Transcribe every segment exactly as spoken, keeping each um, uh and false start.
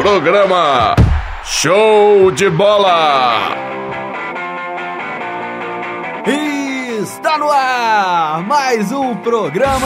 Programa Show de Bola. Está no ar mais um programa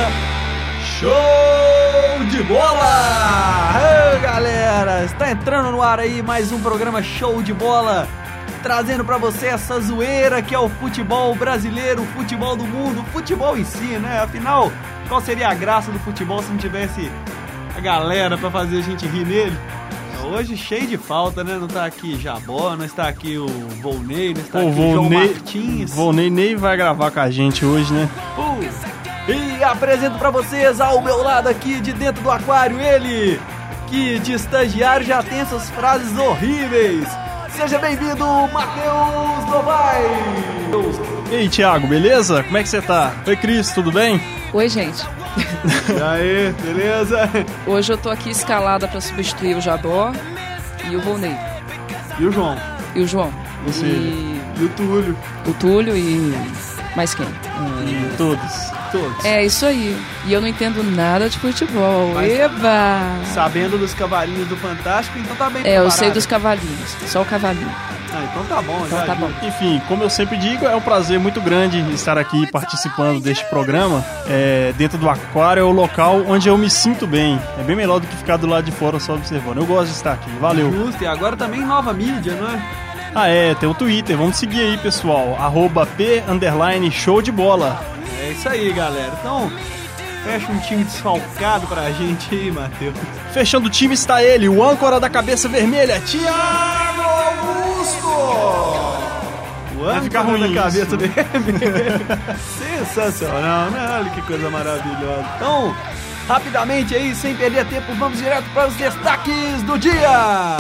Show de Bola. Hey, galera, está entrando no ar aí mais um programa Show de Bola, trazendo pra você essa zoeira que é o futebol brasileiro, o futebol do mundo, o futebol em si, né? Afinal, qual seria a graça do futebol se não tivesse a galera pra fazer a gente rir nele? Hoje cheio de falta, né? Não tá aqui Jabó, não está aqui o Volney, não está Pô, aqui Volney, João Martins. Volney nem vai gravar com a gente hoje, né? Uh, e apresento pra vocês ao meu lado aqui, de dentro do aquário, ele, que de estagiário já tem essas frases horríveis. Seja bem-vindo, Matheus Novaes! E aí, Thiago, beleza? Como é que você tá? Oi, Cris, tudo bem? Oi, gente. E aí, beleza? Hoje eu tô aqui escalada pra substituir o Jabó e o Volney. E o João? E o João. Você. E E o Túlio? o Túlio e... mais quem? E todos. Todos. É, isso aí. E eu não entendo nada de futebol. Mas- Eba! Sabendo dos cavalinhos do Fantástico, então tá bem É, eu preparado. sei dos cavalinhos. Só o cavalinho. Ah, então tá bom, Então já tá viu. bom. Enfim, como eu sempre digo, é um prazer muito grande estar aqui participando deste programa. É, dentro do aquário é o local onde eu me sinto bem. É bem melhor do que ficar do lado de fora só observando. Eu gosto de estar aqui. Valeu. Justo, e agora também nova mídia, não é? Ah, é, tem o Twitter. Vamos seguir aí, pessoal. Arroba P underline show de bola. É isso aí, galera. Então, fecha um time desfalcado pra gente aí, Matheus. Fechando o time está ele, o âncora da cabeça vermelha, Thiago Augusto! O Vai ficar âncora ruim da cabeça isso. dele. Sensacional, né? Olha que coisa maravilhosa. Então, rapidamente aí, sem perder tempo, vamos direto para os destaques do dia.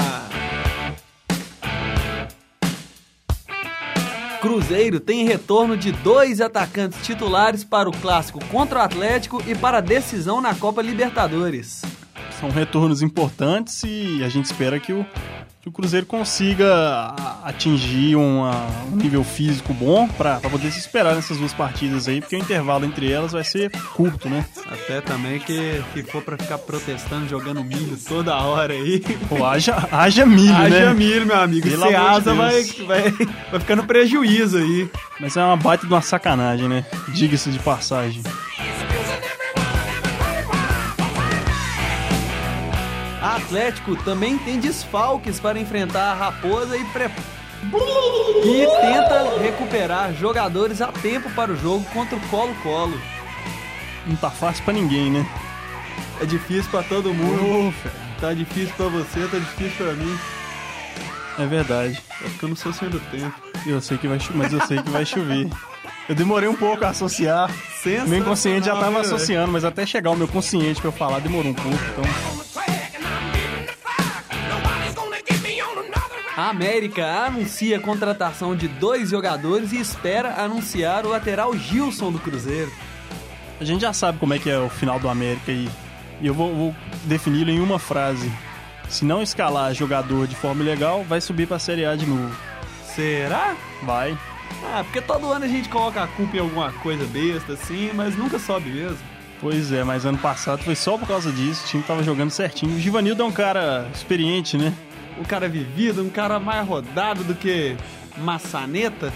Cruzeiro tem retorno de dois atacantes titulares para o clássico contra o Atlético e para a decisão na Copa Libertadores. São retornos importantes e a gente espera que o, que o Cruzeiro consiga a- atingir uma- um nível físico bom para poder se esperar nessas duas partidas aí, porque o intervalo entre elas vai ser curto, né? Até também que se for pra ficar protestando, jogando milho toda hora aí. Pô, haja, haja milho, Haja né? milho, meu amigo. Pelo Você amor de asa vai, Deus. vai, vai ficando prejuízo aí. Mas é uma baita de uma sacanagem, né? Diga-se de passagem. A Atlético também tem desfalques para enfrentar a Raposa e, pre... e tenta recuperar jogadores a tempo para o jogo contra o Colo-Colo. Não tá fácil pra ninguém, né? É difícil para todo mundo. Ô, fera. Tá difícil para você, tá difícil para mim. É verdade. É porque eu não sou senhor do tempo. Eu sei que vai chover, mas eu sei que vai chover. Eu demorei um pouco a associar. Sensacional, Meu inconsciente já tava né, associando, mas até chegar o meu consciente pra eu falar demorou um pouco, então... A América anuncia a contratação de dois jogadores e espera anunciar o lateral Gilson do Cruzeiro. A gente já sabe como é que é o final do América e, e eu vou, vou defini-lo em uma frase. Se não escalar jogador de forma ilegal, vai subir pra Série A de novo. Será? Vai. Ah, porque todo ano a gente coloca a culpa em alguma coisa besta assim, mas nunca sobe mesmo. Pois é, mas ano passado foi só por causa disso, o time tava jogando certinho. O Givanildo é um cara experiente, né? Um cara vivido, um cara mais rodado do que maçaneta.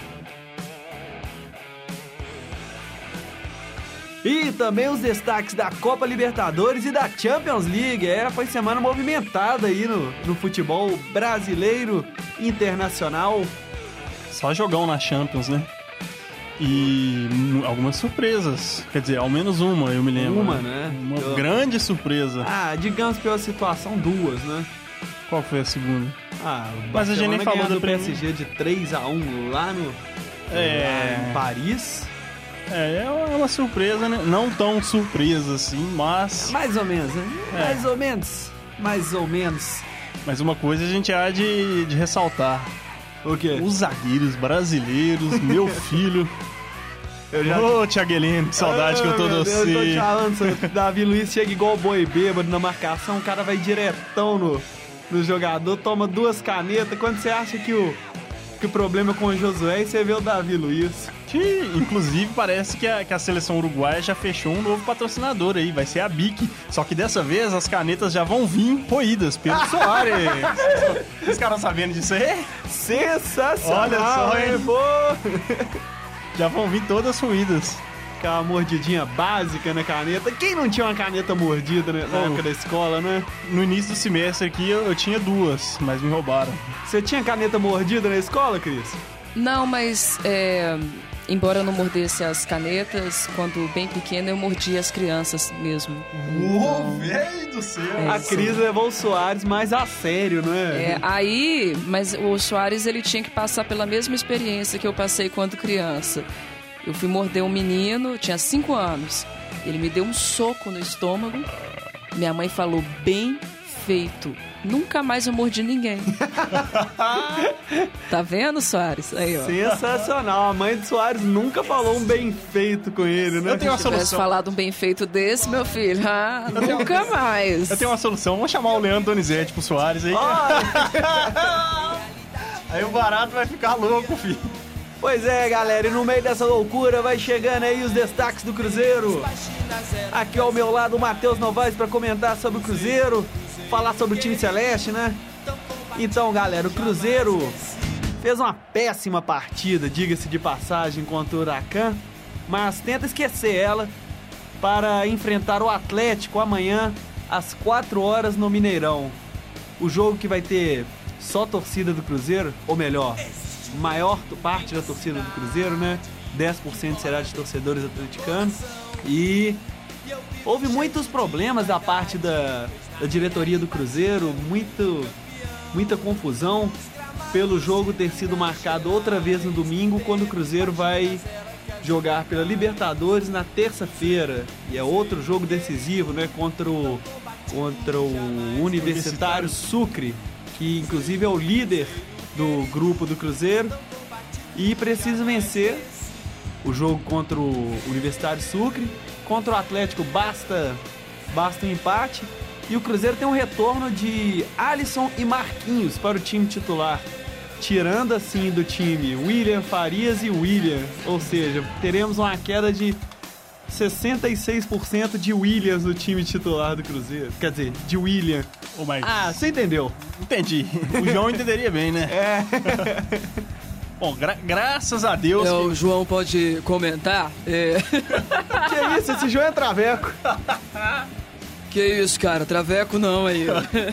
E também os destaques da Copa Libertadores e da Champions League. É, foi semana movimentada aí no, no futebol brasileiro internacional. Só jogão na Champions, né? E hum, algumas surpresas. Quer dizer, ao menos uma, eu me lembro. Uma, né? Uma Eu- grande surpresa. Ah, digamos pela situação, duas, né? Qual foi a segunda? Ah, o Mas a gente nem Barcelona falou ganhando da do P S primeira. G de três a um lá no É. lá em Paris. É, é uma surpresa, né? Não tão surpresa assim, mas... Mais ou menos, né? É. Mais ou menos. Mais ou menos. Mas uma coisa a gente há de, de ressaltar. O quê? Os zagueiros brasileiros, meu filho... Eu já... Ô, Thiago Heleno, que saudade que eu tô de Meu Deus, eu tô te você. falando, seu Davi Luiz chega igual boi bêbado na marcação, o cara vai diretão no, no jogador, toma duas canetas. Quando você acha que o que o problema é com o Josué e você vê o Davi Luiz. Que, inclusive, parece que a, que a seleção uruguaia já fechou um novo patrocinador aí, vai ser a Bic. Só que dessa vez as canetas já vão vir roídas pelo Soares. Vocês ficaram sabendo disso aí? Sensacional, olha só, hein? Pô. Já vão vir todas roídas. Aquela mordidinha básica na caneta. Quem não tinha uma caneta mordida na, na Oh. época da escola, né? No início do semestre aqui eu, eu tinha duas, mas me roubaram. Você tinha caneta mordida na escola, Cris? Não, mas é, embora eu não mordesse as canetas, quando bem pequena eu mordia as crianças mesmo. Uou, velho do céu! É, A sim. Cris levou o Soares mais a sério, não é? É, aí, mas o Soares ele tinha que passar pela mesma experiência que eu passei quando criança. Eu fui morder um menino, tinha cinco anos. Ele me deu um soco no estômago. Minha mãe falou, bem feito. Nunca mais eu mordi ninguém. Tá vendo, Soares? Aí, ó. Sensacional. A mãe do Soares nunca falou um bem feito com ele, né? Eu tenho uma Se tivesse solução. falado um bem feito desse, meu filho, ah, nunca mais. Eu tenho uma solução. Vamos chamar o Leandro Donizete pro Soares aí. Aí o barato vai ficar louco, filho. Pois é, galera, e no meio dessa loucura vai chegando aí os destaques do Cruzeiro. Aqui ao meu lado o Matheus Novaes para comentar sobre o Cruzeiro, falar sobre o time celeste, né? Então, galera, o Cruzeiro fez uma péssima partida, diga-se de passagem, contra o Huracan, mas tenta esquecer ela para enfrentar o Atlético amanhã às quatro horas no Mineirão. O jogo que vai ter só torcida do Cruzeiro, ou melhor, maior parte da torcida do Cruzeiro, né? dez por cento será de torcedores atleticanos. E houve muitos problemas da parte da, da diretoria do Cruzeiro, muito, muita confusão pelo jogo ter sido marcado outra vez no domingo, quando o Cruzeiro vai jogar pela Libertadores na terça-feira. E é outro jogo decisivo, né? Contra o, contra o Universitário Sucre, que inclusive é o líder do grupo do Cruzeiro, e precisa vencer o jogo contra o Universitário Sucre. Contra o Atlético basta, basta um empate, e o Cruzeiro tem um retorno de Alisson e Marquinhos para o time titular, tirando assim do time William, Farias e William, ou seja, teremos uma queda de sessenta e seis por cento de Williams no time titular do Cruzeiro, quer dizer, de William. Ô, mas... Ah, você entendeu? Entendi. O João entenderia bem, né? É. Bom, gra- graças a Deus... É, que- o João pode comentar? É. Que isso, esse João é traveco. Que isso, cara? Traveco não aí.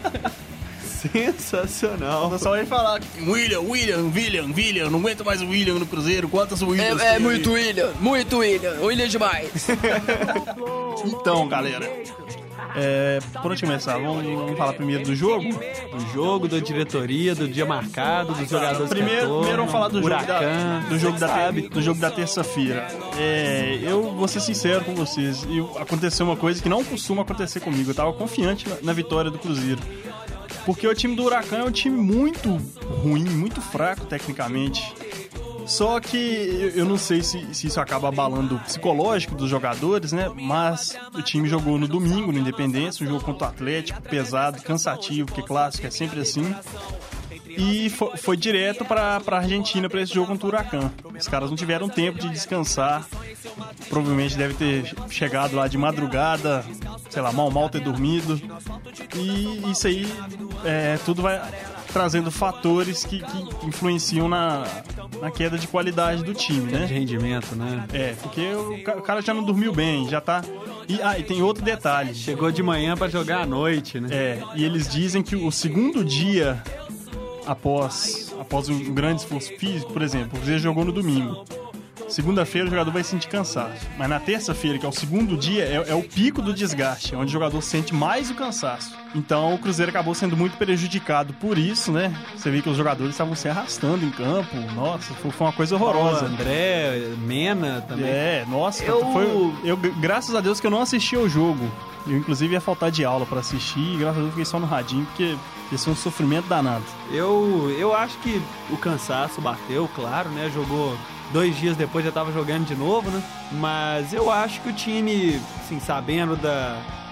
Sensacional. Eu só ia falar que William, William, William, William, não aguento mais o William no Cruzeiro, quantas Williams É, é tem muito aí? William, muito William, William demais. Então, galera, é, por onde começar? Vamos, vamos falar primeiro do jogo? Do jogo, da diretoria, do dia marcado, dos jogadores Primeiro, que atuam, primeiro vamos falar do jogo da, Huracan, do jogo da, sabe? do jogo da terça-feira. É, eu vou ser sincero com vocês, eu, aconteceu uma coisa que não costuma acontecer comigo. Eu tava confiante na, na vitória do Cruzeiro. Porque o time do Huracan é um time muito ruim, muito fraco tecnicamente. Só que eu, eu não sei se, se isso acaba abalando o psicológico dos jogadores, né? Mas o time jogou no domingo, no Independência, um jogo contra o Atlético, pesado, cansativo, porque clássico é sempre assim. E foi, foi direto pra, pra Argentina pra esse jogo contra o Huracan. Os caras não tiveram tempo de descansar. Provavelmente deve ter chegado lá de madrugada, sei lá, mal mal ter dormido. E isso aí, é, tudo vai trazendo fatores que, que influenciam na, na queda de qualidade do time, né? De rendimento, né? É, porque o, ca- o cara já não dormiu bem, já tá... E, ah, e tem outro detalhe. Chegou de manhã pra jogar à noite, né? É, e eles dizem que o segundo dia após, após um grande esforço físico, por exemplo, o Cruzeiro jogou no domingo. Segunda-feira o jogador vai sentir cansaço. Mas na terça-feira, que é o segundo dia, é, é o pico do desgaste, onde o jogador sente mais o cansaço. Então o Cruzeiro acabou sendo muito prejudicado por isso, né? Você vê que os jogadores estavam se arrastando em campo. Nossa, foi, foi uma coisa horrorosa. O André, Mena também. É, nossa, Eu- foi. Eu, graças a Deus que eu não assisti ao jogo. Eu, inclusive, ia faltar de aula pra assistir, e graças a Deus fiquei só no radinho, porque ia ser um sofrimento danado. Eu, eu acho que o cansaço bateu, claro, né? Jogou dois dias depois, já tava jogando de novo, né? Mas eu acho que o time, assim, sabendo da,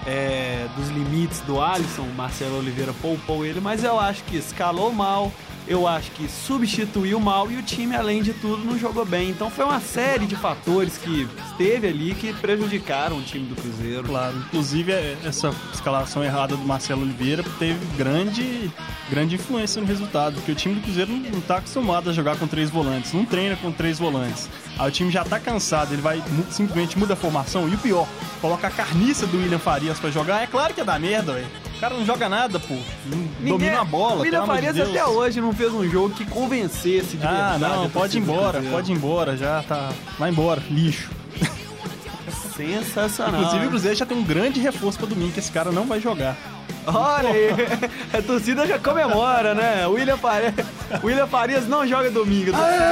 é, dos limites do Alisson, o Marcelo Oliveira poupou ele, mas eu acho que escalou mal, eu acho que substituiu mal e o time, além de tudo, não jogou bem. Então foi uma série de fatores que esteve ali que prejudicaram o time do Cruzeiro. Claro, inclusive essa escalação errada do Marcelo Oliveira teve grande, grande influência no resultado, porque o time do Cruzeiro não está acostumado a jogar com três volantes, não treina com três volantes. Aí o time já tá cansado, ele vai simplesmente muda a formação, e o pior, coloca a carniça do William Farias pra jogar, é claro que é da merda, velho. O cara não joga nada, pô. Não Ninguém, domina a bola. O William Farias de até hoje não fez um jogo que convencesse de ah, verdade. Ah, não, pode ir embora, pode ir embora, já tá. Vai embora, lixo. Sensacional. Inclusive o Cruzeiro já tem um grande reforço pra domingo, que esse cara não vai jogar. Olha aí, a torcida já comemora, né? O William Farias, William Farias não joga domingo.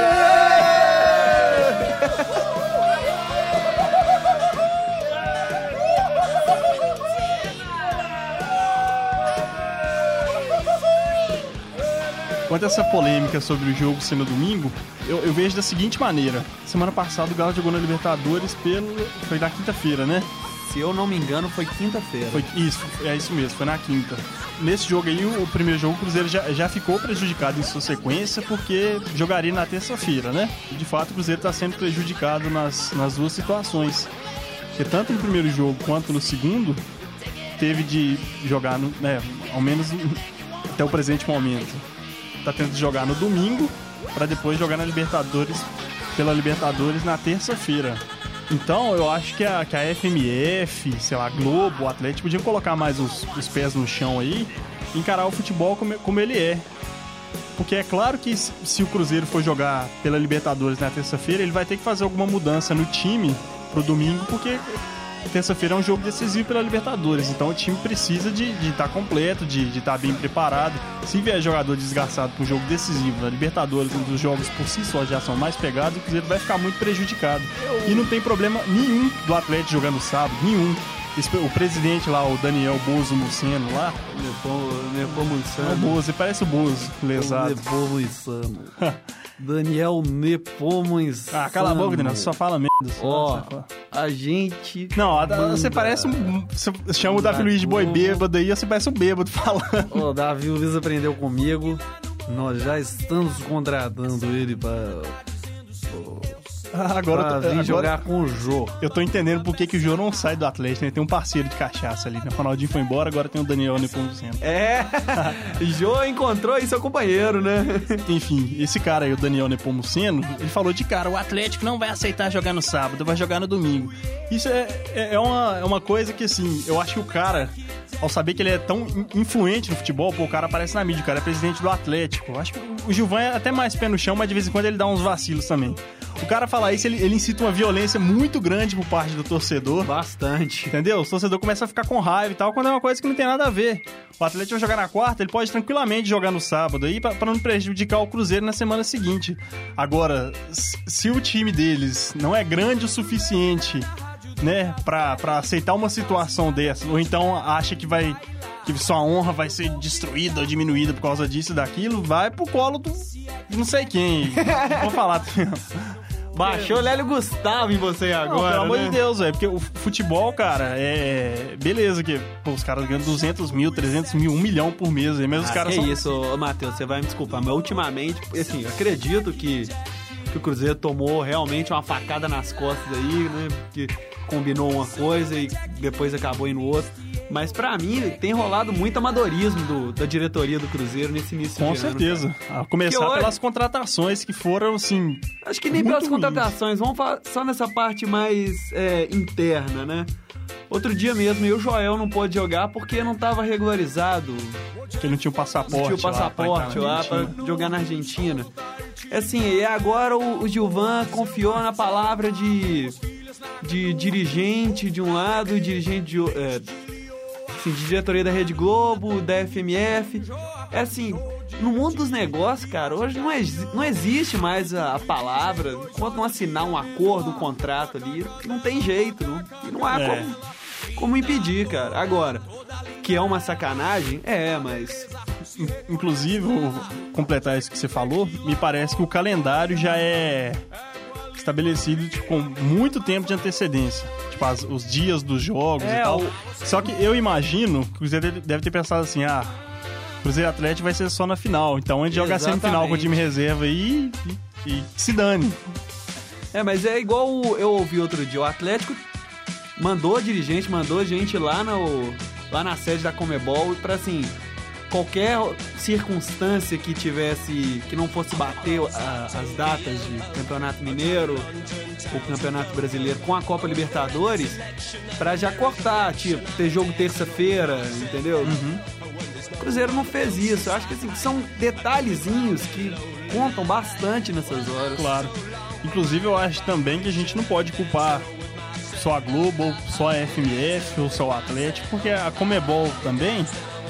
Quanto a essa polêmica sobre o jogo ser no domingo, eu, eu vejo da seguinte maneira. Semana passada o Galo jogou na Libertadores pelo... Foi na quinta-feira, né? Se eu não me engano, foi quinta-feira. Foi isso, é isso mesmo, foi na quinta. Nesse jogo aí, o, o primeiro jogo, o Cruzeiro já, já ficou prejudicado em sua sequência, porque jogaria na terça-feira, né? E de fato o Cruzeiro está sendo prejudicado nas, nas duas situações. Porque tanto no primeiro jogo quanto no segundo, teve de jogar, no, né, ao menos até o presente momento. Tá tendo de jogar no domingo para depois jogar na Libertadores, pela Libertadores na terça-feira. Então eu acho que a, que a F M F, sei lá, Globo, o Atlético podiam colocar mais os, os pés no chão aí e encarar o futebol como, como ele é. Porque é claro que se, se o Cruzeiro for jogar pela Libertadores na terça-feira, ele vai ter que fazer alguma mudança no time pro domingo, porque terça-feira é um jogo decisivo pela Libertadores, então o time precisa de estar completo, de estar tá bem preparado. Se vier jogador desgastado para um jogo decisivo na Libertadores, um dos jogos por si só já são mais pegados, o Cruzeiro vai ficar muito prejudicado. E não tem problema nenhum do Atlético jogando sábado, nenhum. O presidente lá, o Daniel Bozo Muceno lá. Nepomuceno. É o Bozo, ele parece o Bozo, lesado. Nepomuceno. Daniel Nepomuceno. Ah, cala a boca, Daniel, você só fala merda. Ó, oh, a gente. Não, manda. Você parece um. Você chama o Davi Luiz de boi bêbado aí, você parece um bêbado falando. Ó, oh, Davi Luiz aprendeu comigo. Nós já estamos contratando ele para. Agora pra eu tô, vir agora, jogar com o Jô. Eu tô entendendo por que, que o Jô não sai do Atlético, né? Tem um parceiro de cachaça ali, né? O Ronaldinho foi embora, agora tem o Daniel Nepomuceno. É, Jô encontrou aí seu companheiro, né? Enfim, esse cara aí, o Daniel Nepomuceno, ele falou de cara, o Atlético não vai aceitar jogar no sábado, vai jogar no domingo. Isso é, é, é, uma, é uma coisa que, assim, eu acho que o cara, ao saber que ele é tão influente no futebol, pô, o cara aparece na mídia, o cara é presidente do Atlético. Eu acho que o Gilvan é até mais pé no chão, mas de vez em quando ele dá uns vacilos também. O cara falar isso, ele, ele incita uma violência muito grande por parte do torcedor. Bastante. Entendeu? O torcedor começa a ficar com raiva e tal, quando é uma coisa que não tem nada a ver. O Atlético vai jogar na quarta, ele pode tranquilamente jogar no sábado aí, pra, pra não prejudicar o Cruzeiro na semana seguinte. Agora, se o time deles não é grande o suficiente, né, pra, pra aceitar uma situação dessa, ou então acha que vai... que sua honra vai ser destruída ou diminuída por causa disso e daquilo, vai pro colo do... não sei quem. Vou falar. Baixou o Lélio Gustavo em você agora, não, pelo amor né? de Deus, velho. Porque o futebol, cara, é... beleza que pô, os caras ganham duzentos mil, trezentos mil, um milhão por mês. Aí, mas ah, os caras que são... isso, Matheus, você vai me desculpar, mas ultimamente, assim, eu acredito que, que o Cruzeiro tomou realmente uma facada nas costas aí, né? Que combinou uma coisa e depois acabou indo outra. Mas pra mim tem rolado muito amadorismo do, da diretoria do Cruzeiro nesse início Com de certeza. ano. A começar hoje, pelas contratações que foram, assim... Acho que nem pelas ruins. Contratações, vamos falar só nessa parte mais é, interna, né? Outro dia mesmo, eu e o Joel não pôde jogar porque não estava regularizado. Porque não tinha o passaporte. Não tinha o passaporte lá para jogar na Argentina. Assim, e agora o, o Gilvan confiou na palavra de, de dirigente de um lado e dirigente de outro. É, assim, de diretoria da Rede Globo, da F M F. É assim, no mundo dos negócios, cara, hoje não, exi- não existe mais a, a palavra. Enquanto não assinar um acordo, um contrato ali, não tem jeito, não, e não há é. como, como impedir, cara. Agora, que é uma sacanagem, é, mas... Inclusive, vou completar isso que você falou, me parece que o calendário já é... estabelecido tipo, com muito tempo de antecedência. Tipo, as, os dias dos jogos É, e tal. o- Só que eu imagino que o Cruzeiro deve ter pensado assim, ah, Cruzeiro Atlético vai ser só na final. Então a gente joga a semifinal com o time reserva aí e, e se dane. É, mas é igual o- eu ouvi outro dia, o Atlético mandou dirigente, mandou gente lá, no, lá na sede da Comebol pra, assim, qualquer circunstância que tivesse, que não fosse bater a- as datas de Campeonato Mineiro ou Campeonato Brasileiro com a Copa Libertadores, pra já cortar, tipo, ter jogo terça-feira, entendeu? O Cruzeiro não fez isso. Eu acho que, assim, são detalhezinhos que contam bastante nessas horas. Claro. Inclusive, eu acho também que a gente não pode culpar só a Globo, ou só a F M F, ou só o Atlético, porque a Comebol também...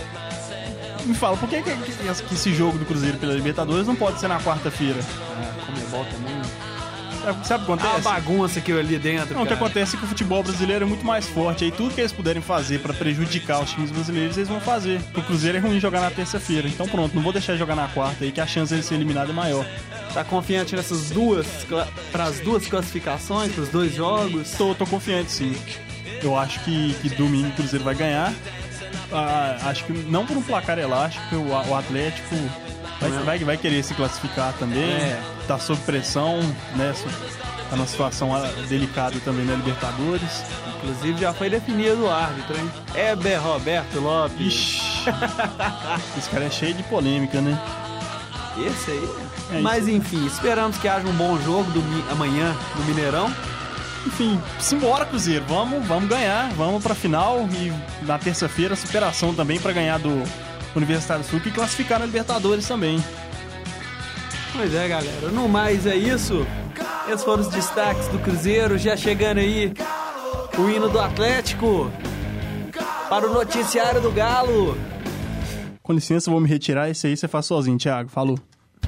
Me fala, por que, que, que- que esse jogo do Cruzeiro pela Libertadores não pode ser na quarta-feira? A Comebol também. Sabe, sabe o que Ah, acontece? bagunça aquilo ali dentro, Não, o que cara. acontece é que o futebol brasileiro é muito mais forte. Aí tudo que eles puderem fazer pra prejudicar os times brasileiros, eles vão fazer. Pro Cruzeiro é ruim jogar na terça-feira. Então pronto, não vou deixar de jogar na quarta aí, que a chance de ele ser eliminado é maior. Tá confiante nessas duas, para as duas classificações, pros dois jogos? Tô, tô confiante sim. Eu acho que, que domingo o Cruzeiro vai ganhar. Ah, acho que não por um placar elástico, o, o Atlético vai, vai, vai querer se classificar também. É. Tá sob pressão, né? so- Tá numa situação ah, delicada também na Libertadores. Inclusive já foi definido o árbitro, hein? Heber Roberto Lopes. Ixi, esse cara é cheio de polêmica, né? Esse aí. É Mas enfim, esperamos que haja um bom jogo domi- amanhã no Mineirão. Enfim, simbora, Cruzeiro. Vamos, vamos ganhar. Vamos pra final. E na terça-feira, superação também pra ganhar do Universitário Sul e classificar na Libertadores também. Pois é, galera. No mais é isso. Esses foram os destaques do Cruzeiro. Já chegando aí o hino do Atlético para o noticiário do Galo. Com licença, eu vou me retirar. Esse aí você faz sozinho, Thiago. Falou.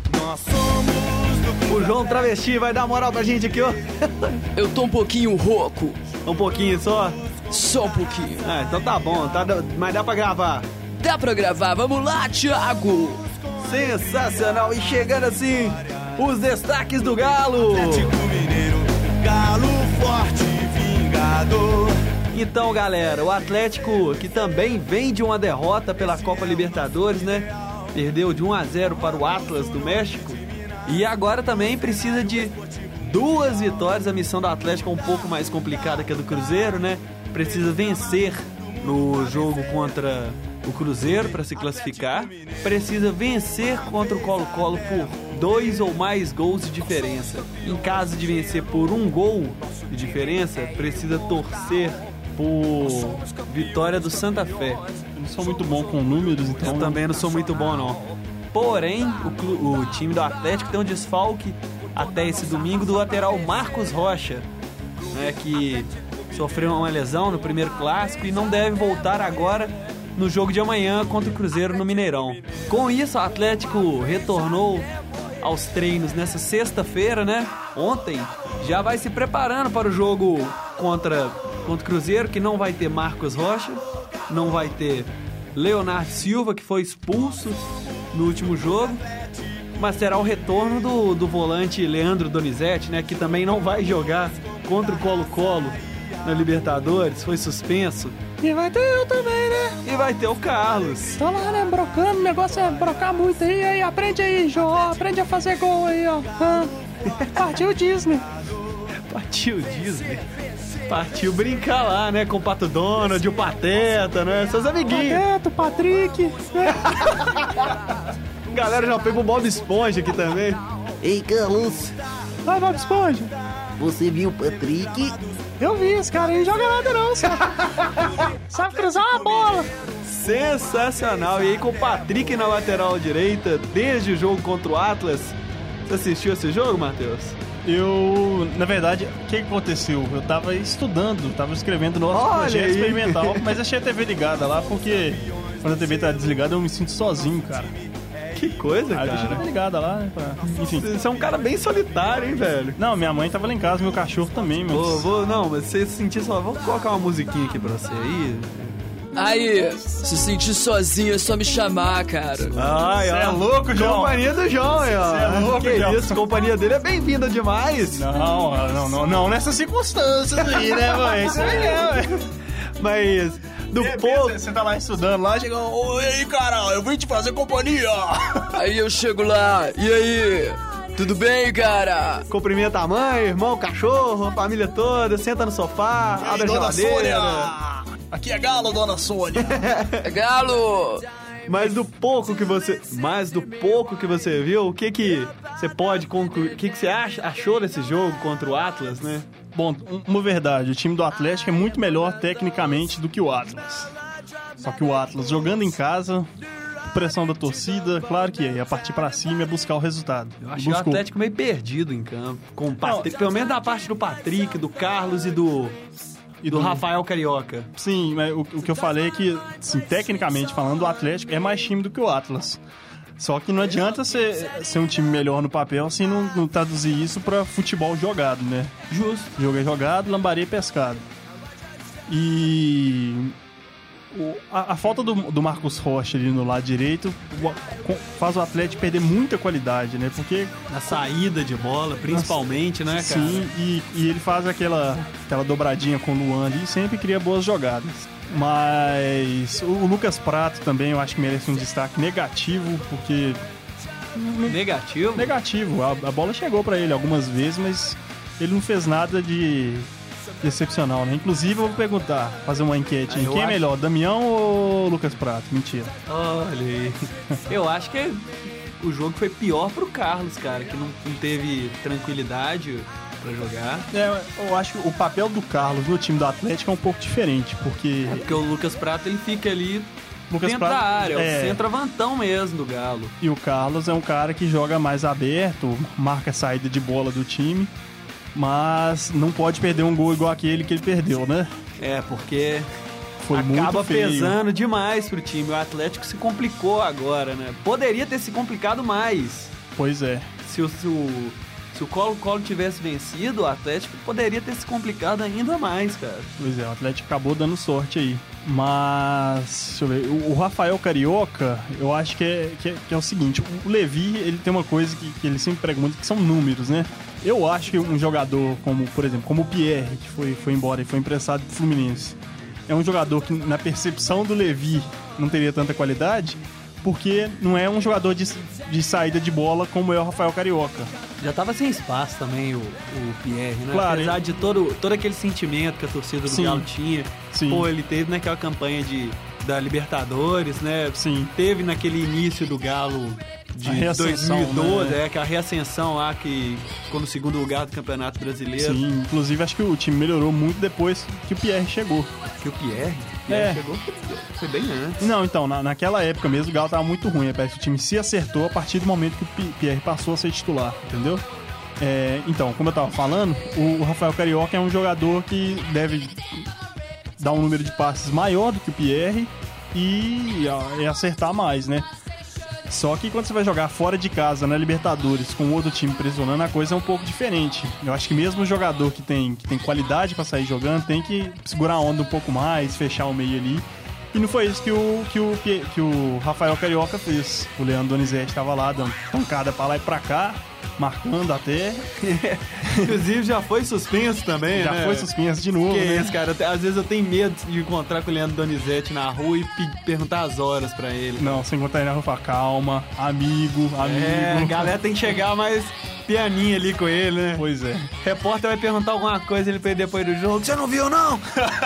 O João Travesti vai dar moral pra gente aqui, ó. Eu tô um pouquinho rouco. Um pouquinho só. Só um pouquinho. Ah, então tá bom, tá, mas dá pra gravar. Dá pra gravar? Vamos lá, Thiago! Sensacional. E chegando assim, os destaques do Galo. Atlético Mineiro, Galo forte e vingador. Então, galera, o Atlético, que também vem de uma derrota pela Copa Libertadores, né? Perdeu de um a zero para o Atlas do México. E agora também precisa de duas vitórias. A missão do Atlético é um pouco mais complicada que a do Cruzeiro, né? Precisa vencer no jogo contra o Cruzeiro para se classificar. Precisa vencer contra o Colo-Colo por dois ou mais gols de diferença. Em caso de vencer por um gol de diferença, precisa torcer por vitória do Santa Fé. Eu não sou muito bom com números, então... Eu também não sou muito bom, não. Porém, o, clu- o time do Atlético tem um desfalque até esse domingo do lateral Marcos Rocha, né, que sofreu uma lesão no primeiro clássico e não deve voltar agora no jogo de amanhã contra o Cruzeiro no Mineirão. Com isso, o Atlético retornou aos treinos nessa sexta-feira, né? Ontem, já vai se preparando para o jogo contra, contra o Cruzeiro, que não vai ter Marcos Rocha, não vai ter Leonardo Silva, que foi expulso no último jogo, mas será o retorno do, do volante Leandro Donizete, né, que também não vai jogar contra o Colo-Colo na Libertadores, foi suspenso. E vai ter eu também, né? E vai ter o Carlos. Tô lá, né, brocando, o negócio é brocar muito aí, aí aprende aí, Jô, aprende a fazer gol aí, ó. Ah, partiu Disney. Partiu Disney. Partiu brincar lá, né, com o Pato Donald, o Pateta, né, seus amiguinhos. Neto, Patrick. Galera já pegou o Bob Esponja aqui também. Ei, Carlos, Vai, Bob Esponja. você viu o Patrick? Eu vi, esse cara aí joga nada não, sabe? Sabe cruzar uma bola. Sensacional. E aí com o Patrick na lateral direita, desde o jogo contra o Atlas. Você assistiu esse jogo, Matheus? Eu, na verdade, o que que aconteceu? Eu tava estudando, tava escrevendo nosso Olha projeto aí. experimental, mas deixei a T V ligada lá, porque quando a T V tá desligada eu me sinto sozinho, cara. Que coisa, Aí eu deixei a T V cara. ligada lá, né, pra... enfim. Você é um cara bem solitário, hein, velho? Não, minha mãe tava lá em casa, meu cachorro também, mas... Vou, vou, não, mas você sentir só, vou colocar uma musiquinha aqui pra você aí. Aí, se sentir sozinho é só me chamar, cara. Ai, Você é louco, João? Companhia do João, aí, ó. Você é louco, que João? isso, companhia dele é bem-vinda demais. Não, não, não, não, nessas circunstâncias aí, né, mãe? Isso aí é, ué. Mas, do De repente, pouco... Você tá lá estudando lá, chega, oi aí, cara, eu vim te fazer companhia. Aí eu chego lá, e aí? Tudo bem, cara? Cumprimenta a mãe, irmão, cachorro, a família toda, senta no sofá, abre a Dona geladeira. Sônia! Aqui é Galo, Dona Sônia. É galo! Mas do pouco que você, mas do pouco que você viu, o que que você pode concluir? O que que você acha, achou desse jogo contra o Atlas, né? Bom, um- uma verdade, o time do Atlético é muito melhor tecnicamente do que o Atlas. Só que o Atlas, jogando em casa, pressão da torcida, claro que é, ia partir pra cima e ia buscar o resultado. Eu achei o Buscou. Atlético meio perdido em campo, com o Patrick, pelo menos da parte do Patrick, do Carlos e do E do Rafael Carioca. Sim, mas o, o que eu falei é que, assim, tecnicamente falando, o Atlético é mais time do que o Atlas. Só que não adianta ser, ser um time melhor no papel assim não, não traduzir isso pra futebol jogado, né? Justo. Jogo é jogado, lambaria é pescado. E o- a, a falta do, do Marcos Rocha ali no lado direito o- com- faz o Atlético perder muita qualidade, né? Porque Na saída de bola, principalmente, né, cara? sim, e, e ele faz aquela, aquela dobradinha com o Luan ali e sempre cria boas jogadas. Mas o Lucas Prato também eu acho que merece um destaque negativo, porque Negativo. negativo, a, a bola chegou pra ele algumas vezes, mas ele não fez nada de, de excepcional, né? Inclusive eu vou perguntar, fazer uma enquete, Ah, em eu quem é acho- melhor, Damião ou Lucas Prato? Mentira. Olha aí. Eu acho que o jogo foi pior pro Carlos, cara, que não, não teve tranquilidade pra jogar. É, eu acho que o papel do Carlos no time do Atlético é um pouco diferente, porque Porque o Lucas Prato, ele fica ali Lucas dentro Prato- da área, é. o centroavantão mesmo do Galo. E o Carlos é um cara que joga mais aberto, marca a saída de bola do time, mas não pode perder um gol igual aquele que ele perdeu, né? É, porque Foi acaba muito feio. pesando demais pro time. O Atlético se complicou agora, né? Poderia ter se complicado mais. Pois é. Se o, se o, se o Colo-Colo tivesse vencido, o Atlético poderia ter se complicado ainda mais, cara. Pois é, o Atlético acabou dando sorte aí. Mas, deixa eu ver, o, o Rafael Carioca, eu acho que é, que é, que é o seguinte, o Levi, ele tem uma coisa que, que ele sempre prega muito, que são números, né? Eu acho que um jogador como, por exemplo, como o Pierre, que foi, foi embora e foi emprestado pro Fluminense, é um jogador que, na percepção do Levi, não teria tanta qualidade, porque não é um jogador de, de saída de bola como é o Rafael Carioca. Já tava sem espaço também o, o Pierre, né? Claro, Apesar hein? de todo, todo aquele sentimento que a torcida do Sim. Galo tinha. Sim. Pô, ele teve naquela campanha de, da Libertadores, né? Sim. Teve naquele início do Galo de A reascensão, dois mil e doze, né? é, aquela reascensão lá que ficou no segundo lugar do Campeonato Brasileiro. Sim, inclusive acho que o time melhorou muito depois que o Pierre chegou. Que o Pierre, É. Pierre chegou, foi bem antes. Não, então, na, naquela época mesmo o Galo tava muito ruim. Parece que o time se acertou a partir do momento que o Pi- Pierre passou a ser titular, entendeu? É, então, como eu tava falando, o, o Rafael Carioca é um jogador que deve dar um número de passes maior do que o Pierre e, e acertar mais, né? Só que quando você vai jogar fora de casa na Libertadores com outro time pressionando, a coisa é um pouco diferente. Eu acho que mesmo o jogador que tem, que tem qualidade pra sair jogando tem que segurar a onda um pouco mais, fechar o meio ali. E não foi isso que o, que o, Pie- que o Rafael Carioca fez. O Leandro Donizete estava lá dando pancada pra lá e pra cá, marcando até. Inclusive já foi suspenso também, Já né? foi suspenso de novo. Que né? isso, cara. Eu te- Às vezes eu tenho medo de encontrar com o Leandro Donizete na rua e pe- perguntar as horas pra ele. Não, sem contar ele na rua, fala, calma, amigo, amigo. É, a galera tem que chegar mais pianinho ali com ele, né? Pois é. O repórter vai perguntar alguma coisa ele pra ele depois do jogo. Você não viu, não?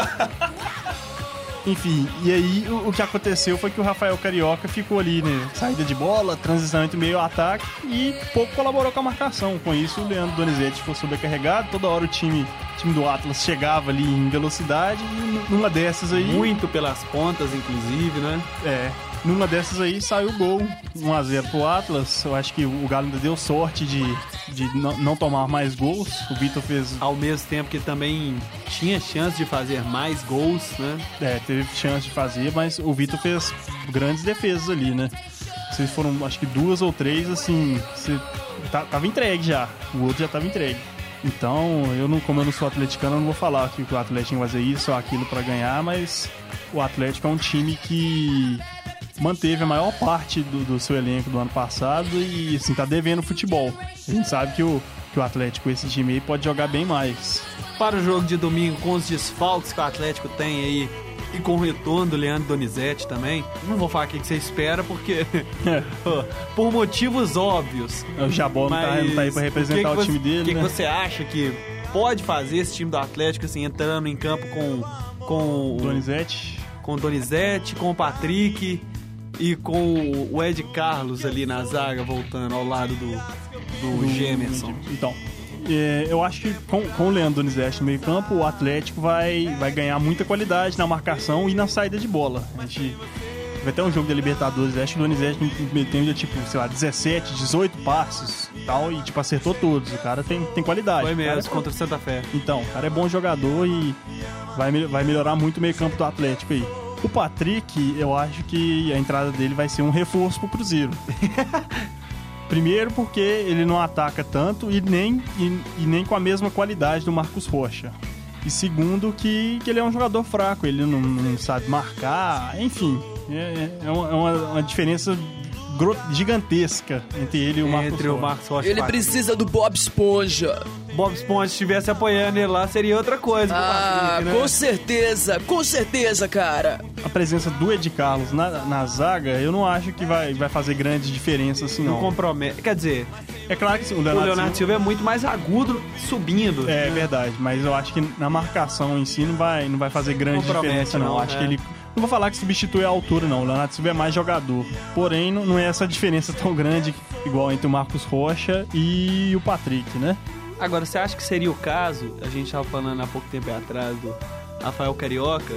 Enfim, e aí o, o que aconteceu foi que o Rafael Carioca ficou ali, né? Saída de bola, transição entre meio e ataque e pouco colaborou com a marcação. Com isso, o Leandro Donizete ficou sobrecarregado. Toda hora o time, time do Atlas chegava ali em velocidade e numa dessas aí. Muito pelas pontas, inclusive, né? É. Numa dessas aí saiu o gol, um a zero pro Atlas. Eu acho que o Galo ainda deu sorte de, de não, não tomar mais gols. O Vitor fez. Ao mesmo tempo que também tinha chance de fazer mais gols, né? É, teve chance de fazer, mas o Vitor fez grandes defesas ali, né? Vocês foram, acho que duas ou três, assim. Você tá- tava entregue já. O outro já tava entregue. Então, eu não, como eu não sou atleticano, eu não vou falar que o Atlético vai fazer isso ou aquilo pra ganhar, mas o Atlético é um time que manteve a maior parte do, do seu elenco do ano passado e, assim, tá devendo futebol. A gente sabe que o, que o Atlético, esse time aí, pode jogar bem mais. Para o jogo de domingo, com os desfalques que o Atlético tem aí e com o retorno do Leandro Donizete também, não vou falar o que você espera, porque por motivos óbvios. O Jabó não tá, não tá aí pra representar o, que que o time você, dele, O que, né? que você acha que pode fazer esse time do Atlético, assim, entrando em campo com, com Donizete? Com o Donizete, com o Patrick e com o Ed Carlos ali na zaga, voltando ao lado do, do, do Gemerson. Então, é, eu acho que com, com o Leandro Donizete no meio campo, o Atlético vai, vai ganhar muita qualidade na marcação e na saída de bola. A gente vai ter um jogo da Libertadores, acho que o Donizete meteu, tipo, sei lá, dezessete, dezoito passes e tal, e tipo, acertou todos. O cara tem, tem qualidade. Foi mesmo, cara, contra o Santa Fé. Então, o cara é bom jogador e vai, vai melhorar muito o meio campo do Atlético aí. O Patrick, eu acho que a entrada dele vai ser um reforço pro Cruzeiro. Primeiro porque ele não ataca tanto e nem, e, e nem com a mesma qualidade do Marcos Rocha. E segundo que, que ele é um jogador fraco, ele não, não sabe marcar, enfim. É, é, uma, é uma, uma diferença gigantesca entre ele e o Marcos Entre Rocha. o Marcos Rocha. Ele precisa do Bob Esponja. Bob Esponja estivesse apoiando ele lá, seria outra coisa. Ah, Patrick, né? com certeza, com certeza, cara. A presença do Ed Carlos na, na zaga, eu não acho que vai, vai fazer grande diferença assim, não. Não compromete. Quer dizer, é claro que sim, o o Leonardo, Leonardo Silva é muito mais agudo subindo. É verdade, mas eu acho que na marcação em si não vai, não vai fazer grande Compromete, diferença, não. não, Acho é. que ele. Não vou falar que substitui a altura, não. O Leonardo Silva é mais jogador. Porém, não, não é essa diferença tão grande igual entre o Marcos Rocha e o Patrick, né? Agora, você acha que seria o caso, a gente estava falando há pouco tempo atrás do Rafael Carioca,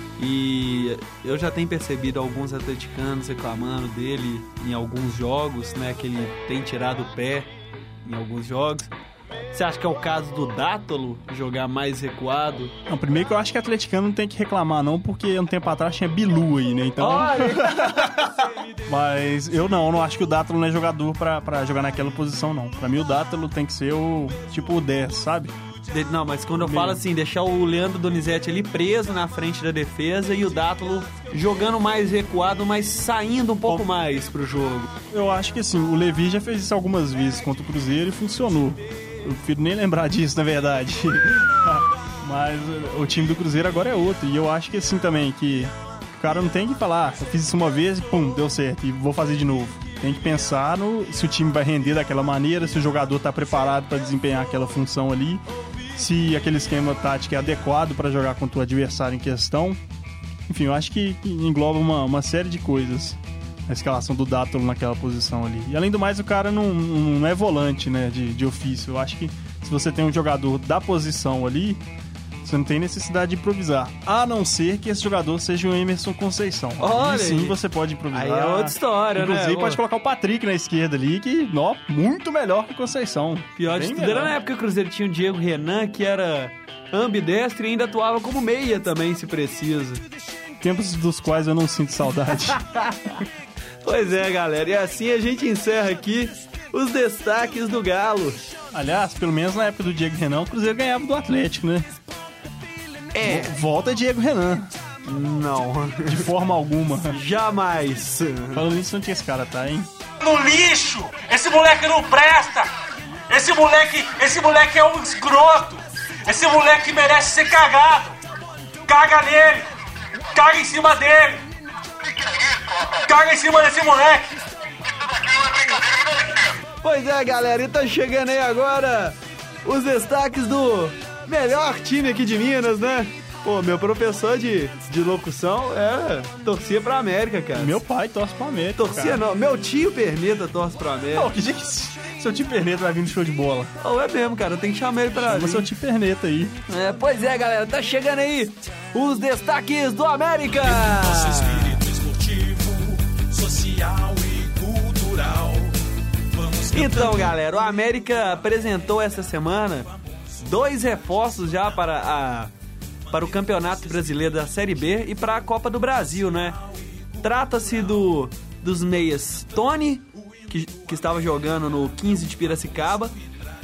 e eu já tenho percebido alguns atleticanos reclamando dele em alguns jogos, né, que ele tem tirado o pé em alguns jogos. Você acha que é o caso do Dátolo jogar mais recuado? Não, primeiro que eu acho que o atleticano não tem que reclamar, não, porque um tempo atrás tinha Bilu aí, né? Então. Mas eu não, eu não acho que o Dátolo não é jogador pra, pra jogar naquela posição, não. Pra mim, o Dátolo tem que ser o tipo o dez, sabe? Não, mas quando eu falo assim, deixar o Leandro Donizete ali preso na frente da defesa e o Dátolo jogando mais recuado, mas saindo um pouco mais pro jogo. Eu acho que assim, o Levi já fez isso algumas vezes contra o Cruzeiro e funcionou. Eu prefiro nem lembrar disso, na verdade. Mas o time do Cruzeiro agora é outro. E eu acho que assim também, que o cara não tem que falar, eu fiz isso uma vez e pum, deu certo, e vou fazer de novo. Tem que pensar no, se o time vai render daquela maneira, se o jogador está preparado para desempenhar aquela função ali, se aquele esquema tático é adequado para jogar contra o adversário em questão. Enfim, eu acho que, que engloba uma, uma série de coisas a escalação do Dátolo naquela posição ali. E além do mais, o cara não, não é volante, né, de, de ofício. Eu acho que se você tem um jogador da posição ali, você não tem necessidade de improvisar. A não ser que esse jogador seja o Emerson Conceição. Olha e sim, aí. você pode improvisar. Aí é outra história, Inclusive, né? pode Ô. colocar o Patrick na esquerda ali, que, ó, muito melhor que o Conceição. Pior de Bem tudo era melhor. na época que o Cruzeiro tinha o Diego Renan, que era ambidestro e ainda atuava como meia também, se precisa. Tempos dos quais eu não sinto saudade. Pois é, galera, e assim a gente encerra aqui os destaques do Galo. Aliás, pelo menos na época do Diego Renan, o Cruzeiro ganhava do Atlético, né? É, Volta Diego Renan, não, de forma alguma. jamais. Falando nisso, não tinha esse cara, tá, hein? No lixo! Esse moleque não presta! Esse moleque, esse moleque é um escroto! Esse moleque merece ser cagado! Caga nele! Caga em cima dele! Caga em cima desse moleque! Pois é, galera, e tá chegando aí agora os destaques do melhor time aqui de Minas, né? Pô, meu professor de, de locução é, torcia pra América, cara. Meu pai torce pra América. Torcia cara. não, meu tio Perneta torce pra América. Pô, que dia que seu tio Perneta vai vir no show de bola? Oh, é mesmo, cara, tem que chamar ele pra Chama vir. seu tio Perneta aí. É, pois é, galera, tá chegando aí os destaques do América. Espírito esportivo, social e cultural. Vamos Então, galera, o América apresentou essa semana dois reforços já para, a, para o Campeonato Brasileiro da Série B e para a Copa do Brasil, né? Trata-se do, dos meias Tony, que, que estava jogando no quinze de Piracicaba,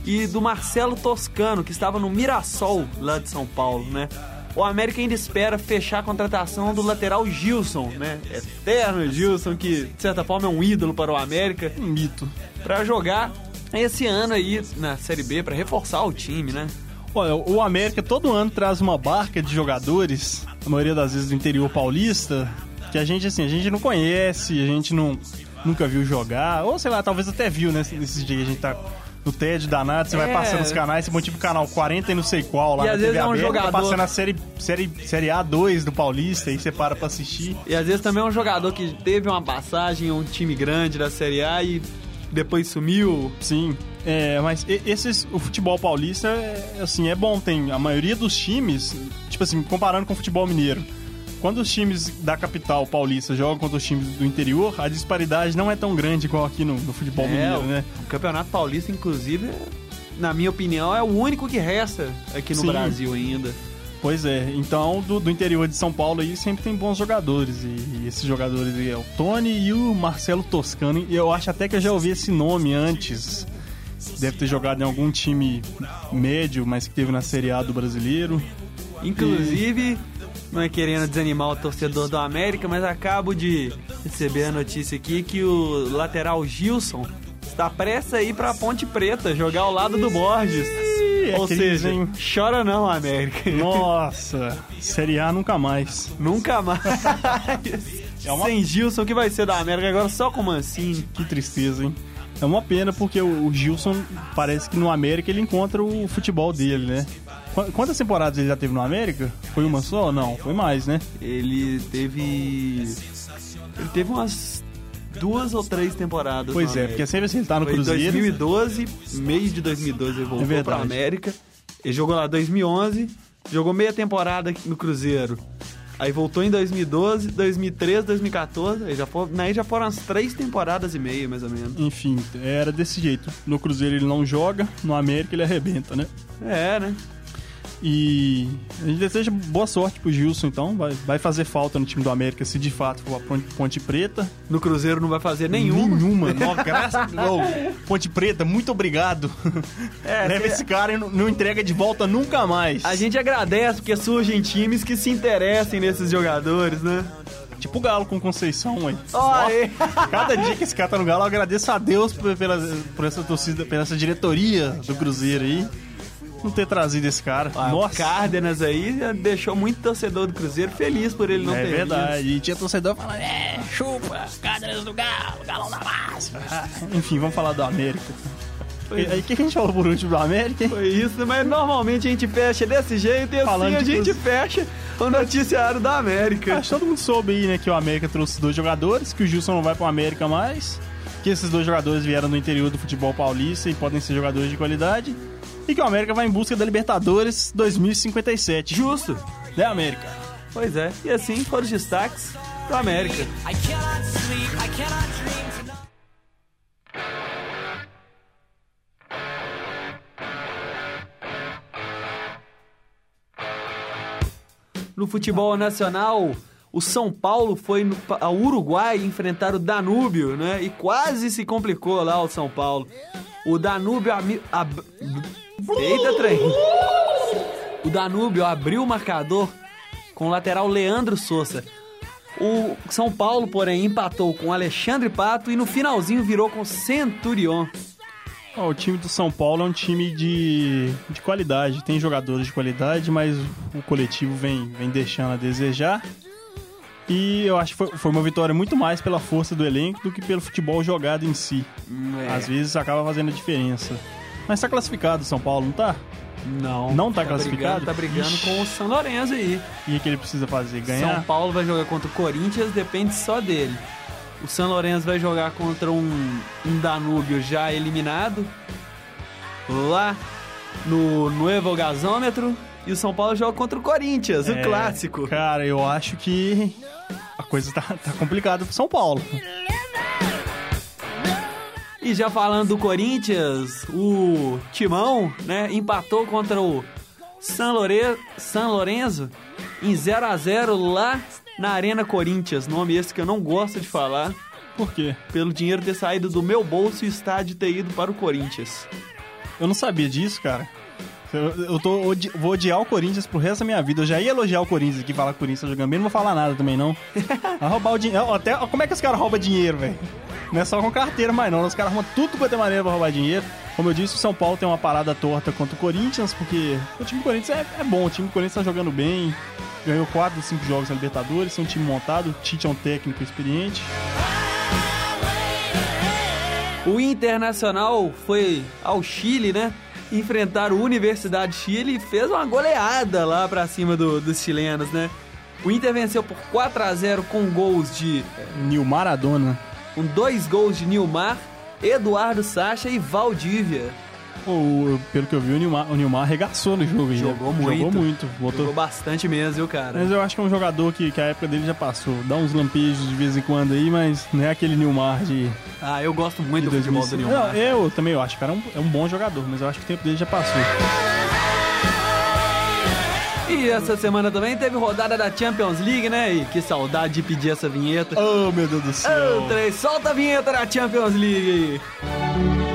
e do Marcelo Toscano, que estava no Mirassol, lá de São Paulo, né? O América ainda espera fechar a contratação do lateral Gilson, né? Eterno Gilson, que de certa forma é um ídolo para o América. Um mito. Para jogar esse ano aí na Série B, para reforçar o time, né? Olha, o América todo ano traz uma barca de jogadores, a maioria das vezes do interior paulista, que a gente, assim, a gente não conhece, a gente não, nunca viu jogar, ou sei lá, talvez até viu, né? Nesses dias que a gente tá no tédio danado, você É. vai passando os canais, você motiva o canal quarenta e não sei qual lá E na às T V vezes é um aberta, jogador- tá passando a série, série, série A dois do Paulista, aí você para pra assistir. E às vezes também é um jogador que teve uma passagem em um time grande da Série A e depois sumiu. Sim, é, mas e- esses, o futebol paulista, é, assim, é bom, tem a maioria dos times, tipo assim, comparando com o futebol mineiro, quando os times da capital paulista jogam contra os times do interior, a disparidade não é tão grande igual aqui no, no futebol É, mineiro, o, né? o Campeonato Paulista, inclusive, é, na minha opinião, é o único que resta aqui no Sim. Brasil ainda. Pois é, então do, do interior de São Paulo aí sempre tem bons jogadores, e, e esses jogadores aí é o Tony e o Marcelo Toscano, e eu acho até que eu já ouvi esse nome antes, deve ter jogado em algum time médio, mas que teve na Série A do Brasileiro. Inclusive, não é querendo desanimar o torcedor do América, mas acabo de receber a notícia aqui que o lateral Gilson está prestes a ir pra Ponte Preta, jogar ao lado do Borges. é Ou crise, seja, hein? chora não, América. Nossa, Série A nunca mais. Nunca mais. É uma- Sem Gilson, o que vai ser da América agora só com o Mancini? Que tristeza, hein? É uma pena porque o, o Gilson parece que no América ele encontra o futebol dele, né? Qu- Quantas temporadas ele já teve no América? Foi uma só? Não, foi mais, né? Ele teve... Ele teve umas duas ou três temporadas Pois no é, América. porque sempre assim, ele tá no Foi em Cruzeiro. dois mil e doze, meio de dois mil e doze ele voltou É verdade. pra América. Ele jogou lá em dois mil e onze, jogou meia temporada no Cruzeiro. Aí voltou em dois mil e doze, dois mil e treze, dois mil e quatorze. Aí já, for, aí já foram as três temporadas e meia, mais ou menos. Enfim, era desse jeito. No Cruzeiro ele não joga, no América ele arrebenta, né? É, né? E a gente deseja boa sorte pro Gilson, então. Vai, vai fazer falta no time do América se de fato for a Ponte, Ponte Preta. No Cruzeiro não vai fazer nenhuma. Nenhuma. Não, graças oh, Ponte Preta, muito obrigado. É, Leva cê- esse cara e não, não entrega de volta nunca mais. A gente agradece porque surgem times que se interessem nesses jogadores, né? Tipo o Galo com Conceição, ué. Ó, aí. Cada dia que esse cara tá no Galo, eu agradeço a Deus por, pela, por essa torcida, por essa diretoria do Cruzeiro aí. Não ter trazido esse cara. Ah, o Cárdenas aí já deixou muito torcedor do Cruzeiro feliz por ele não É ter verdade. E tinha torcedor falando, é, chupa, Cárdenas do Galo, Galão da Massa. Enfim, vamos falar do América. Foi. E aí, o que que a gente falou por último do América, hein? Foi isso, mas normalmente a gente fecha desse jeito e Falando assim a de gente Cruz- fecha o noticiário da América. Acho que todo mundo soube aí, né, que o América trouxe dois jogadores, que o Gilson não vai pro América mais, que esses dois jogadores vieram do interior do futebol paulista e podem ser jogadores de qualidade, e que o América vai em busca da Libertadores dois mil e cinquenta e sete. Justo. Né, América? Pois é. E assim foram os destaques do América. I cannot sleep, I cannot dream tonight. No futebol nacional, o São Paulo foi no, ao Uruguai enfrentar o Danúbio, né? E quase se complicou lá o São Paulo. O Danúbio... Ami, ab, eita, trem! O Danúbio abriu o marcador com o lateral Leandro Souza. O São Paulo, porém, empatou com o Alexandre Pato e no finalzinho virou com o Centurion. Ó, o time do São Paulo é um time de, de qualidade, tem jogadores de qualidade, mas o coletivo vem, vem deixando a desejar. E eu acho que foi, foi uma vitória muito mais pela força do elenco do que pelo futebol jogado em si. É. Às vezes acaba fazendo a diferença. Mas tá classificado o São Paulo, não tá? Não. Não tá classificado? Brigando, tá brigando Ixi. com o São Lourenço aí. E o que ele precisa fazer? Ganhar? São Paulo vai jogar contra o Corinthians, depende só dele. O São Lourenço vai jogar contra um, um Danúbio já eliminado, lá no Nuevo Gasômetro. E o São Paulo joga contra o Corinthians, o É, clássico. Cara, eu acho que a coisa tá, tá complicada pro São Paulo. E já falando do Corinthians, o Timão, né, empatou contra o São Lore- São Lourenço em zero a zero lá na Arena Corinthians. Nome esse que eu não gosto de falar, Por quê? pelo dinheiro ter saído do meu bolso e o estádio ter ido para o Corinthians. Eu não sabia disso, cara. Eu, eu tô, odi- vou odiar o Corinthians pro resto da minha vida. Eu já ia elogiar o Corinthians aqui, falar que o Corinthians tá jogando bem, não vou falar nada também, não. Vai roubar o dinheiro. Até, como é que os caras roubam dinheiro, velho? Não é só com carteira, mas não. Os caras arrumam tudo quanto é maneira pra roubar dinheiro. Como eu disse, o São Paulo tem uma parada torta contra o Corinthians, porque o time do Corinthians é, é bom. O time do Corinthians tá jogando bem. Ganhou quatro dos cinco jogos na Libertadores. É um time montado. O Tite é um técnico experiente. O Internacional foi ao Chile, né? Enfrentar o Universidade de Chile e fez uma goleada lá pra cima do, dos chilenos, né? O Inter venceu por quatro a zero com gols de... Nilmar Maradona. Com dois gols de Nilmar, Eduardo Sacha e Valdívia. O, pelo que eu vi, o Nilmar, o Nilmar arregaçou no jogo. Jogou né? muito. Jogou muito. Botou... Jogou bastante mesmo, viu, cara? Mas eu acho que é um jogador que, que a época dele já passou. Dá uns lampejos de vez em quando aí, mas não é aquele Nilmar de... Ah, eu gosto muito de do futebol do Nilmar. Não, eu também eu acho, cara, é um, é um bom jogador, mas eu acho que o tempo dele já passou. E essa semana também teve rodada da Champions League, né? E que saudade de pedir essa vinheta. Oh, meu Deus do céu. Ô, três, solta a vinheta da Champions League aí.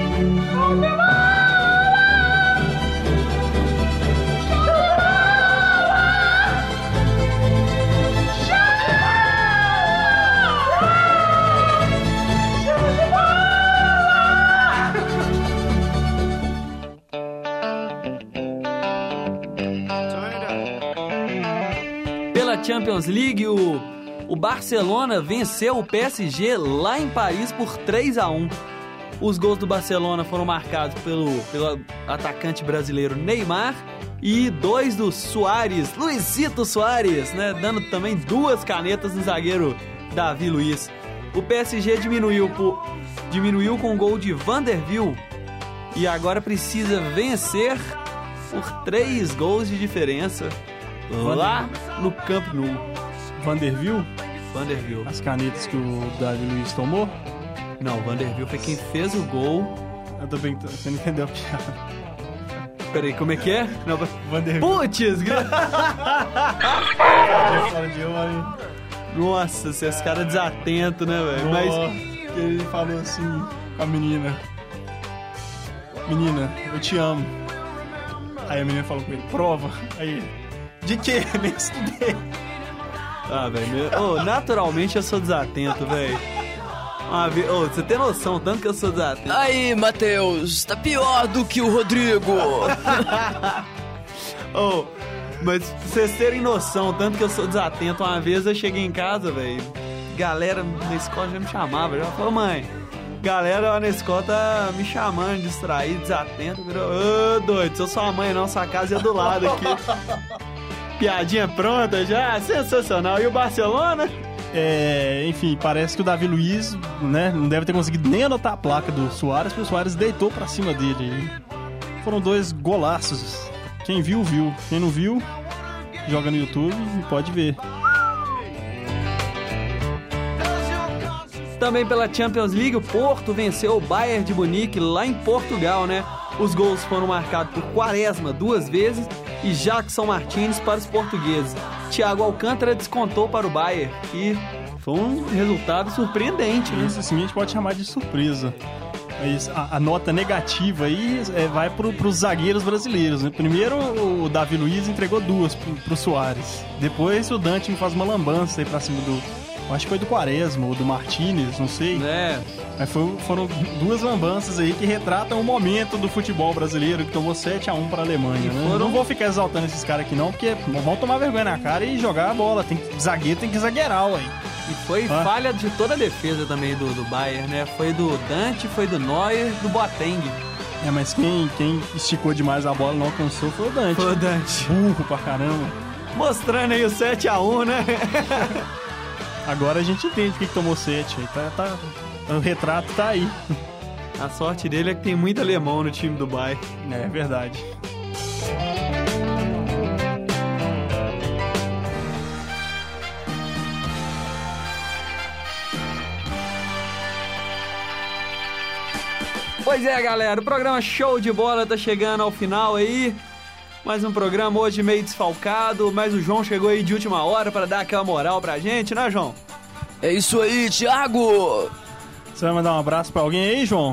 Pela Champions League, o, o Barcelona venceu o P S G lá em Paris por três a um. Os gols do Barcelona foram marcados pelo, pelo atacante brasileiro Neymar e dois do Suárez, Luizito Suárez, né, dando também duas canetas no zagueiro Davi Luiz. O P S G diminuiu, por, diminuiu com o gol de Vanderbilt e agora precisa vencer por três gols de diferença lá no Camp Nou. Vanderbilt? Vanderbilt. As canetas que o Davi Luiz tomou? Não, o Vanderbilt foi quem fez o gol. Eu tô bem... Você não entendeu a piada. Peraí, como é que é? Não, Vanderbilt. putz! gra- Fora de hora, Nossa, esses caras desatentos, né, velho? Mas Mas ele falou assim com a menina: menina, eu te amo. Aí a menina falou com ele: prova. Aí, de quê? Nem estudei. Ah, velho, oh, naturalmente eu sou desatento, velho. Ah, ve- oh, você tem noção, tanto que eu sou desatento. Aí, Matheus, tá pior do que o Rodrigo. Oh, mas pra vocês terem noção, tanto que eu sou desatento, uma vez eu cheguei em casa, velho, galera na escola já me chamava, já falou: mãe, galera lá na escola tá me chamando, distraído, desatento, virou: ô, doido, sou sua mãe não, sua casa é do lado aqui. Piadinha pronta já, sensacional. E o Barcelona? É, enfim, parece que o Davi Luiz, né, não deve ter conseguido nem anotar a placa do Suárez, porque o Suárez deitou pra cima dele. Foram dois golaços. Quem viu, viu. Quem não viu, joga no YouTube e pode ver. Também pela Champions League, o Porto venceu o Bayern de Munique lá em Portugal, né? Os gols foram marcados por Quaresma duas vezes e Jackson Martínez para os portugueses. Thiago Alcântara descontou para o Bayern, e foi um resultado surpreendente, né? Isso assim a gente pode chamar de surpresa. Mas a, a nota negativa aí é, vai pro, pros zagueiros brasileiros, né? Primeiro o Davi Luiz entregou duas pro, pro Suárez. Depois o Dante faz uma lambança aí pra cima do... Acho que foi do Quaresma ou do Martínez, não sei. É. Mas foi, foram duas lambanças aí que retratam o momento do futebol brasileiro, que tomou sete a um para a Alemanha, né? foram- Não vou ficar exaltando esses caras aqui não, porque vão tomar vergonha na cara e jogar a bola. Tem que, zagueiro tem que zagueirar, ué. E foi Ah. falha de toda a defesa também do, do Bayern, né? Foi do Dante, foi do Neuer, do Boateng. É, mas quem, quem esticou demais a bola e não alcançou foi o Dante. Foi o Dante. Burro pra caramba. Mostrando aí o sete a um, né? Agora a gente entende por que que tomou sete. Aí tá, tá, o retrato tá aí. A sorte dele é que tem muito alemão no time do Bayern. É verdade. Pois é, galera, o programa Show de Bola tá chegando ao final aí. Mais um programa hoje meio desfalcado, mas o João chegou aí de última hora pra dar aquela moral pra gente, né, João? É isso aí, Thiago. Você vai mandar um abraço pra alguém aí, João?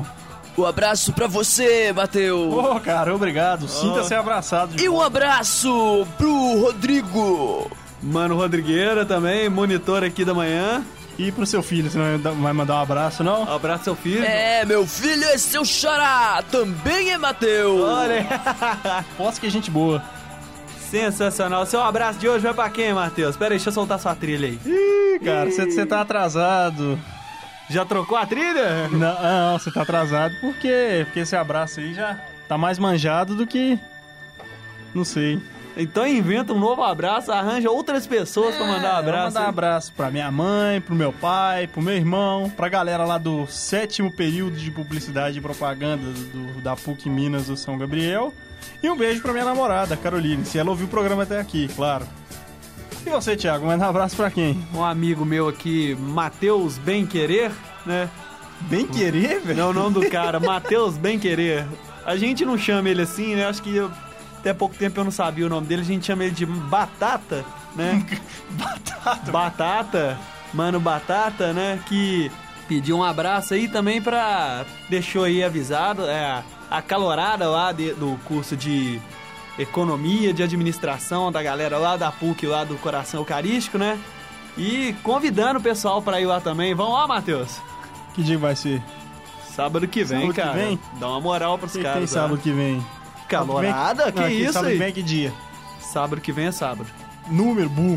Um abraço pra você, Matheus. Ô, cara, obrigado. Sinta-se abraçado. de E um volta. abraço pro Rodrigo. Mano Rodrigueira também, monitor aqui da manhã. E pro seu filho, você não vai dar- vai mandar um abraço, não? Abraço seu filho. É, meu filho é seu xará. Também é Matheus. Olha, Posso que é gente boa. sensacional. Seu abraço de hoje vai pra quem, Matheus? Pera aí, deixa eu soltar sua trilha aí. Ih, cara, você você tá atrasado. Já trocou a trilha? Não, não, você tá atrasado por quê? Porque esse abraço aí já tá mais manjado do que... Não sei. Então inventa um novo abraço, arranja outras pessoas pra mandar um É, abraço. vou mandar um abraço pra minha mãe, pro meu pai, pro meu irmão, pra galera lá do sétimo período de publicidade e propaganda do, do- da P U C Minas do São Gabriel. E um beijo pra minha namorada, Caroline, se ela ouviu o programa até aqui, claro. E você, Thiago, manda um abraço pra quem? Um amigo meu aqui, Matheus Bem Querer, né? Bem querer, velho? É o nome do cara, Matheus Bem Querer. A gente não chama ele assim, né? Acho que eu- até pouco tempo eu não sabia o nome dele. A gente chama ele de Batata, né? Batata. Batata, mano Batata, né? Que pediu um abraço aí também pra... Deixou aí avisado, é a- a calorada lá de- do curso de Economia, de Administração, da galera lá da P U C, lá do Coração Eucarístico, né? E convidando o pessoal pra ir lá também. Vamos lá, Matheus? Que dia vai ser? Sábado que vem, Sábado que cara. vem? Dá uma moral pros Tem, caras. tem sábado lá. que vem. Calorada? Que Não, aqui, isso sábado aí? que vem é que dia? Sábado que vem é sábado. Número, burro.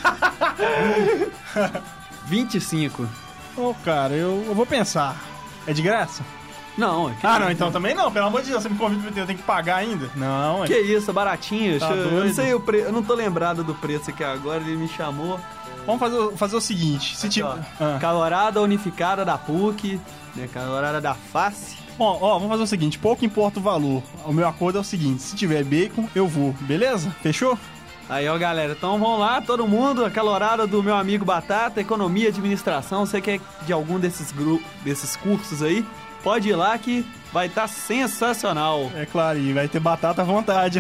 vinte e cinco. Ô, cara, eu, eu vou pensar. É de graça? Não, é que, Ah, não, então também não. Pelo amor de Deus, você me convida pra eu tenho que pagar ainda? Não, é. que isso, baratinho. Tá Deixa eu- eu não doido? sei o preço. Eu não tô lembrado do preço aqui agora, ele me chamou. Vamos fazer, o- fazer o seguinte. Se Aqui, tipo... ó, Ah. Calorada unificada da P U C, né? Calorada da face. Ó, ó, vamos fazer o seguinte, pouco importa o valor. O meu acordo é o seguinte, se tiver bacon, eu vou, beleza? Fechou? Aí, ó, galera, então vamos lá, todo mundo, a calorada do meu amigo Batata, Economia e Administração, você que é de algum desses grupos, desses cursos aí, pode ir lá que vai estar sensacional. É claro, e vai ter batata à vontade.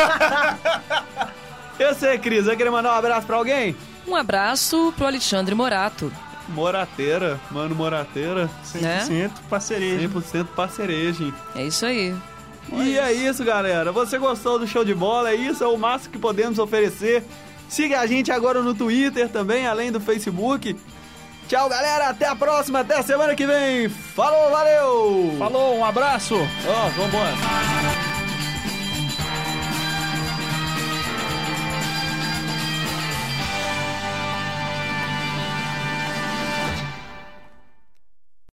Eu sei, Cris, vai querer mandar um abraço pra alguém? Um abraço pro Alexandre Morato. Morateira, mano, Morateira, cem por cento parceria. cem por cento parceragem. É isso aí. E é isso, galera. Você gostou do show de bola? É isso, é o máximo que podemos oferecer. Siga a gente agora no Twitter também, além do Facebook. Tchau, galera. Até a próxima. Até a semana que vem. Falou, valeu. Falou, um abraço! Ó, vambora.